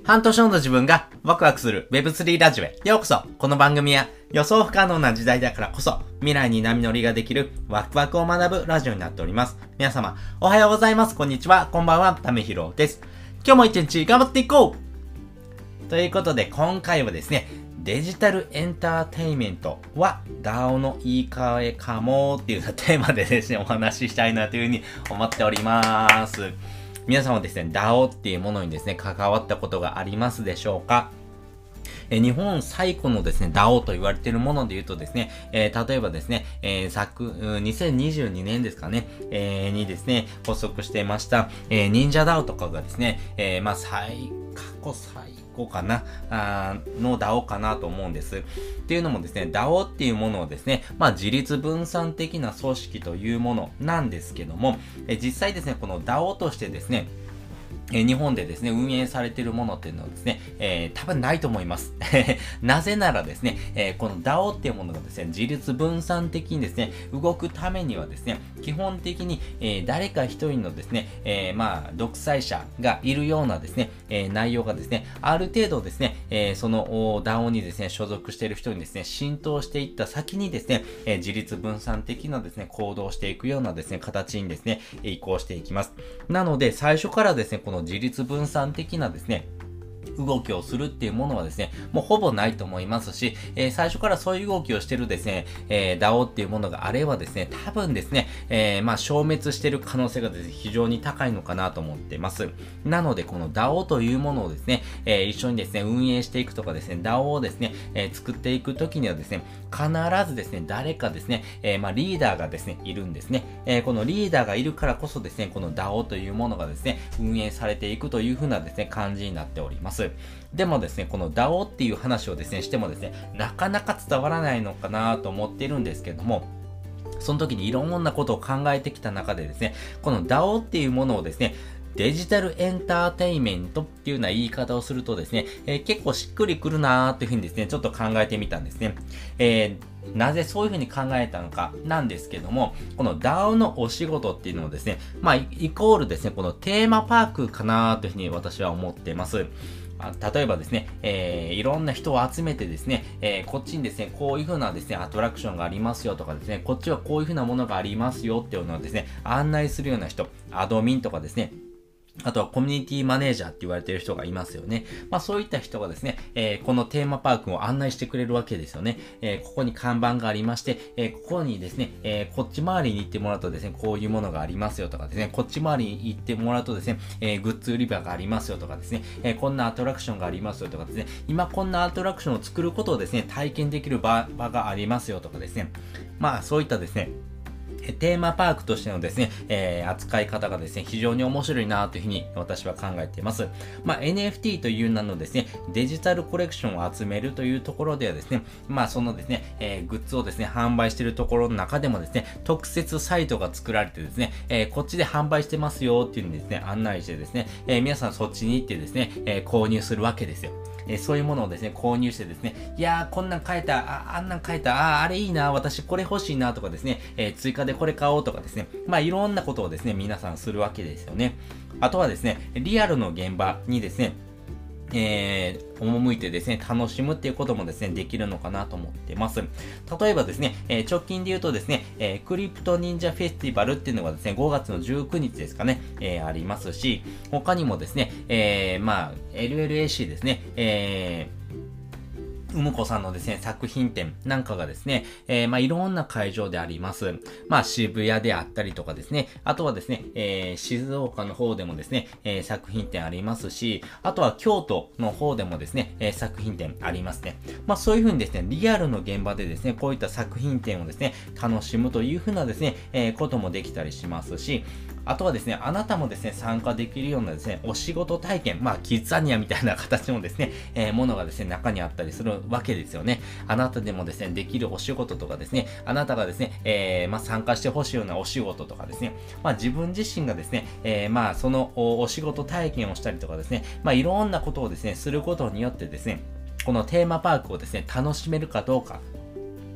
半年後の自分がワクワクする Web3 ラジオへようこそ。この番組は予想不可能な時代だからこそ未来に波乗りができるワクワクを学ぶラジオになっております。皆様おはようございます。こんにちは。こんばんは。ためひろです。今日も一日頑張っていこうということで今回はですね、デジタルエンターテイメントは DAO の言い換えかもっていうテーマでですね、お話ししたいなというふうに思っております。皆さんはですね、DAO っていうものにですね、関わったことがありますでしょうか？日本最古のですね、DAO と言われているもので言うとですね、例えばですね、2022年ですかね、にですね、発足していました、忍者 DAO とかがですね、過去最高かなの DAO かなと思うんです。っていうのもですね、DAO っていうものをですね、自立分散的な組織というものなんですけども、実際ですね、この DAO としてですね、日本でですね、運営されているものっていうのはですね、多分ないと思います。なぜならですね、この DAO っていうものがですね、自立分散的にですね、動くためにはですね、基本的に、誰か一人のですね、独裁者がいるようなですね、内容がですね、ある程度ですね、その DAO にですね、所属している人にですね、浸透していった先にですね、自立分散的なですね、行動していくようなですね、形にですね、移行していきます。なので、最初からですね、この自立分散的なですね、動きをするっていうものはですね、もうほぼないと思いますし、最初からそういう動きをしてるですね、DAO っていうものがあればですね、多分ですね、消滅してる可能性がですね、非常に高いのかなと思ってます。なので、この DAO というものをですね、一緒にですね、運営していくとかですね、DAO をですね、作っていくときにはですね、必ずですね、誰かですね、リーダーがですね、いるんですね。このリーダーがいるからこそですね、この DAO というものがですね、運営されていくというふうなですね、感じになっております。でもですね、この DAO っていう話をですね、してもですね、なかなか伝わらないのかなと思っているんですけども、その時にいろんなことを考えてきた中でですね、この DAO っていうものをですね、デジタルエンターテイメントっていうような言い方をするとですね、結構しっくりくるなーっていうふうにですね、ちょっと考えてみたんですね。なぜそういうふうに考えたのかなんですけども、この DAO のお仕事っていうのをですね、イコールですね、このテーマパークかなーというふうに私は思っています。例えばですね、いろんな人を集めてですね、こっちにですね、こういう風なですね、アトラクションがありますよとかですね、こっちはこういう風なものがありますよっていうのをですね、案内するような人、アドミンとかですね、あとはコミュニティマネージャーって言われている人がいますよね。そういった人がですね、このテーマパークを案内してくれるわけですよね。ここに看板がありまして、ここにですね、こっち回りに行ってもらうとですね、こういうものがありますよとかですね、こっち回りに行ってもらうとですね、グッズ売り場がありますよとかですね、こんなアトラクションがありますよとかですね、今こんなアトラクションを作ることをですね、体験できる場がありますよとかですね、そういったですね、テーマパークとしてのですね、扱い方がですね、非常に面白いなというふうに私は考えています。NFT という名のですね、デジタルコレクションを集めるというところではですね、そのですね、グッズをですね、販売しているところの中でもですね、特設サイトが作られてですね、こっちで販売してますよっていうふうにですね、案内してですね、皆さんそっちに行ってですね、購入するわけですよ。そういうものをですね、購入してですね、いやー、こんなん買えた、あんなん買えた、あれいいな、私これ欲しいなとかですね、追加でこれ買おうとかですね、いろんなことをですね、皆さんするわけですよね。あとはですね、リアルの現場にですね、赴いてですね、楽しむっていうこともですね、できるのかなと思っています。例えばですね、直近で言うとですね、クリプト忍者フェスティバルっていうのがですね、5月の19日ですかね、ありますし、他にもですね、LLAC ですね、うむこさんのですね、作品展なんかがですね、いろんな会場であります。渋谷であったりとかですね、あとはですね、静岡の方でもですね、作品展ありますし、あとは京都の方でもですね、作品展ありますね。そういう風にですね、リアルの現場でですね、こういった作品展をですね、楽しむという風なですね、こともできたりしますし、あとはですね、あなたもですね、参加できるようなですね、お仕事体験、キッザニアみたいな形のですね、ものがですね、中にあったりするわけですよね。あなたでもですね、できるお仕事とかですね、あなたがですね、参加してほしいようなお仕事とかですね、自分自身がですね、そのお仕事体験をしたりとかですね、いろんなことをですね、することによってですね、このテーマパークをですね、楽しめるかどうか、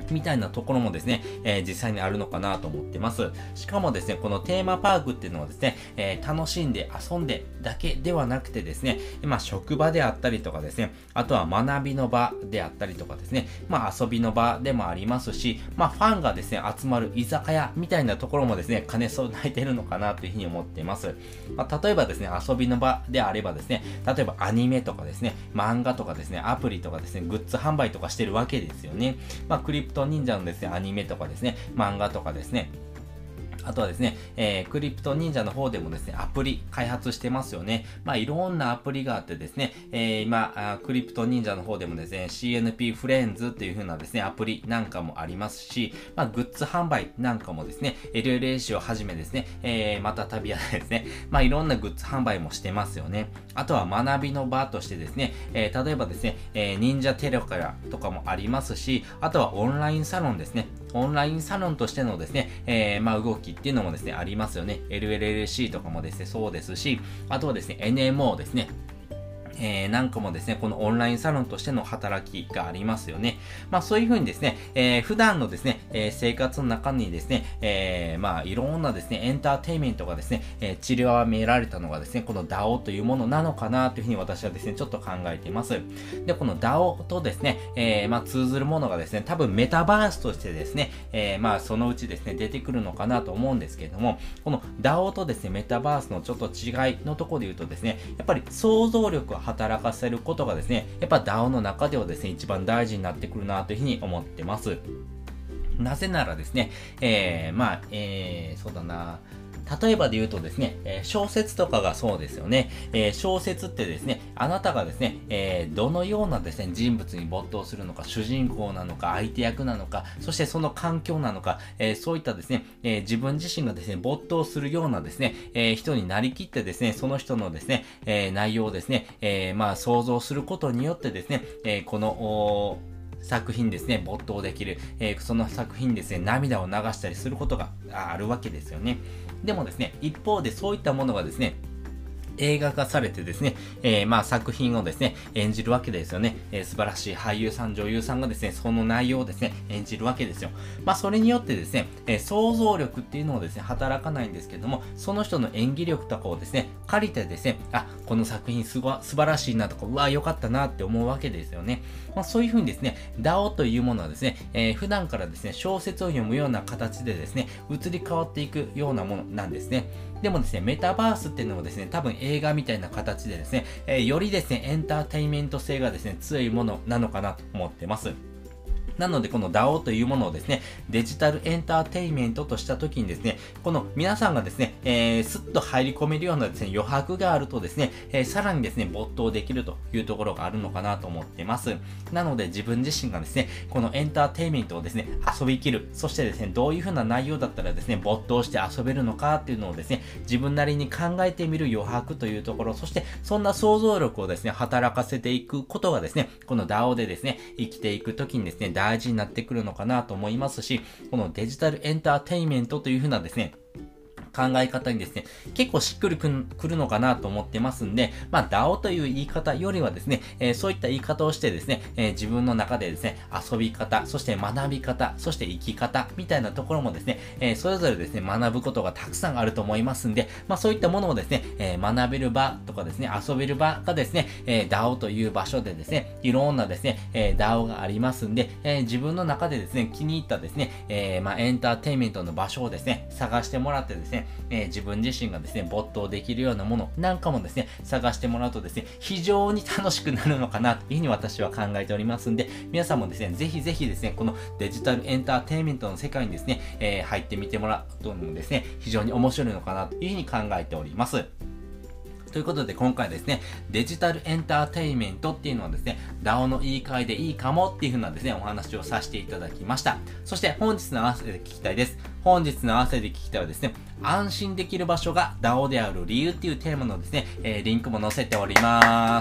みたいなところもですね、実際にあるのかなと思ってます。しかもですね、このテーマパークっていうのはですね、楽しんで遊んでだけではなくてですね、職場であったりとかですね、あとは学びの場であったりとかですね、遊びの場でもありますし、ファンがですね、集まる居酒屋みたいなところもですね、兼ね備えているのかなというふうに思っています。例えばですね、遊びの場であればですね、例えばアニメとかですね、漫画とかですね、アプリとかですね、グッズ販売とかしてるわけですよね。クリプト忍者のですね、アニメとかですね、漫画とかですね、あとはですね、クリプト忍者の方でもですね、アプリ開発してますよね。いろんなアプリがあってですね、今、クリプト忍者の方でもですね、CNP フレンズっていう風なですね、アプリなんかもありますし、グッズ販売なんかもですね、LLH をはじめですね、また旅屋でですね、いろんなグッズ販売もしてますよね。あとは学びの場としてですね、例えばですね、忍者テレカラとかもありますし、あとはオンラインサロンですね。オンラインサロンとしてのですね、動きっていうのもですね、ありますよね。LLC とかもですね、そうですし、あとはですね、NMO ですね。なんかもですね、このオンラインサロンとしての働きがありますよね。そういうふうにですね、普段のですね、生活の中にですね、いろんなですね、エンターテインメントがですね、散りばめられたのがですね、この DAO というものなのかなというふうに私はですね、ちょっと考えています。で、この DAO とですね、通ずるものがですね、多分メタバースとしてですね、そのうちですね、出てくるのかなと思うんですけれども、この DAO とですね、メタバースのちょっと違いのところで言うとですね、やっぱり想像力を働かせることがですね、やっぱ DAO の中ではですね、一番大事になってくるなというふうに思ってます。なぜならですね、そうだな、例えばで言うとですね、小説とかがそうですよね。小説ってですね、あなたがですね、どのようなですね、人物に没頭するのか、主人公なのか、相手役なのか、そしてその環境なのか、そういったですね、自分自身がですね、没頭するようなですね、人になりきってですね、その人のですね、内容をですね、想像することによってですね、この、作品ですね、没頭できる、その作品ですね、涙を流したりすることがあるわけですよね。でもですね、一方でそういったものがですね、映画化されてですね、作品をですね、演じるわけですよね。素晴らしい俳優さん、女優さんがですね、その内容をですね、演じるわけですよ。それによってですね、想像力っていうのをですね、働かないんですけども、その人の演技力とかをですね、借りてですね、この作品素晴らしいなとか、うわ、良かったなって思うわけですよね。そういうふうにですね、DAO というものはですね、普段からですね、小説を読むような形でですね、移り変わっていくようなものなんですね。でもですね、メタバースっていうのもですね、多分映画みたいな形でですね、よりですね、エンターテインメント性がですね、強いものなのかなと思ってます。なので、この DAO というものをですね、デジタルエンターテインメントとしたときにですね、この皆さんがですね、スッと入り込めるようなですね、余白があるとですね、さらにですね、没頭できるというところがあるのかなと思ってます。なので、自分自身がですね、このエンターテインメントをですね、遊びきる。そしてですね、どういう風な内容だったらですね、没頭して遊べるのかっていうのをですね、自分なりに考えてみる余白というところ、そしてそんな想像力をですね、働かせていくことがですね、この DAO でですね、生きていくときにですね、大事になってくるのかなと思いますし、このデジタルエンターテインメントという風なですね、考え方にですね、結構しっくりくるのかなと思ってますんで、DAO という言い方よりはですね、そういった言い方をしてですね、自分の中でですね、遊び方、そして学び方、そして生き方みたいなところもですね、それぞれですね、学ぶことがたくさんあると思いますんで、そういったものをですね、学べる場とかですね、遊べる場がですね、DAO という場所でですね、いろんなですね、DAO がありますんで、自分の中でですね、気に入ったですね、エンターテインメントの場所をですね、探してもらってですね、自分自身がですね、没頭できるようなものなんかもですね、探してもらうとですね、非常に楽しくなるのかなというふうに私は考えておりますんで、皆さんもですね、ぜひぜひですね、このデジタルエンターテインメントの世界にですね、入ってみてもらうともですね、非常に面白いのかなというふうに考えております。ということで今回ですね、デジタルエンターテインメントっていうのはですね、DAO の言い換えでいいかもっていう風なですね、お話をさせていただきました。そして本日の合わせで聞きたいです。本日の合わせで聞きたいはですね、安心できる場所が DAO である理由っていうテーマのですね、リンクも載せております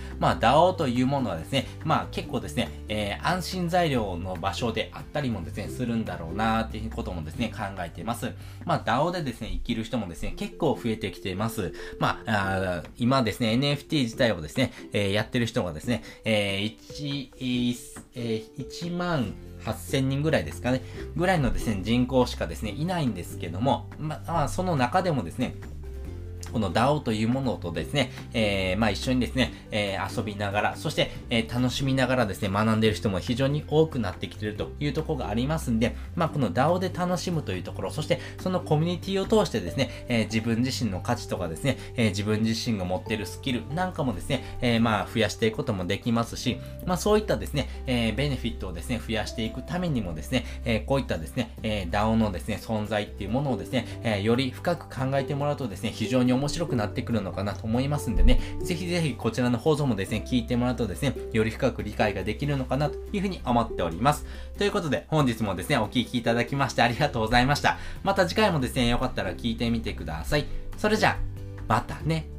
。DAO というものはですね、結構ですね、安心材料の場所であったりもですね、するんだろうなっていうこともですね、考えています。DAO でですね、生きる人もですね、結構増えてきています。今ですね、NFT 自体をですね、やってる人がですね、1万 8000人ぐらいですかね、ぐらいのですね、人口しかですね、いないんですけども、その中でもですね、この DAO というものとですね、一緒にですね、遊びながら、そして、楽しみながらですね、学んでいる人も非常に多くなってきているというところがありますんで、この DAO で楽しむというところ、そしてそのコミュニティを通してですね、自分自身の価値とかですね、自分自身が持っているスキルなんかもですね、増やしていくこともできますし、そういったですね、ベネフィットをですね、増やしていくためにもですね、こういったですね、DAO のですね、存在っていうものをですね、より深く考えてもらうとですね、非常に面白くなってくるのかなと思いますんでね、ぜひぜひこちらの放送もですね、聞いてもらうとですね、より深く理解ができるのかなというふうに思っております。ということで、本日もですね、お聞きいただきましてありがとうございました。また次回もですね、よかったら聞いてみてください。それじゃあ、またね。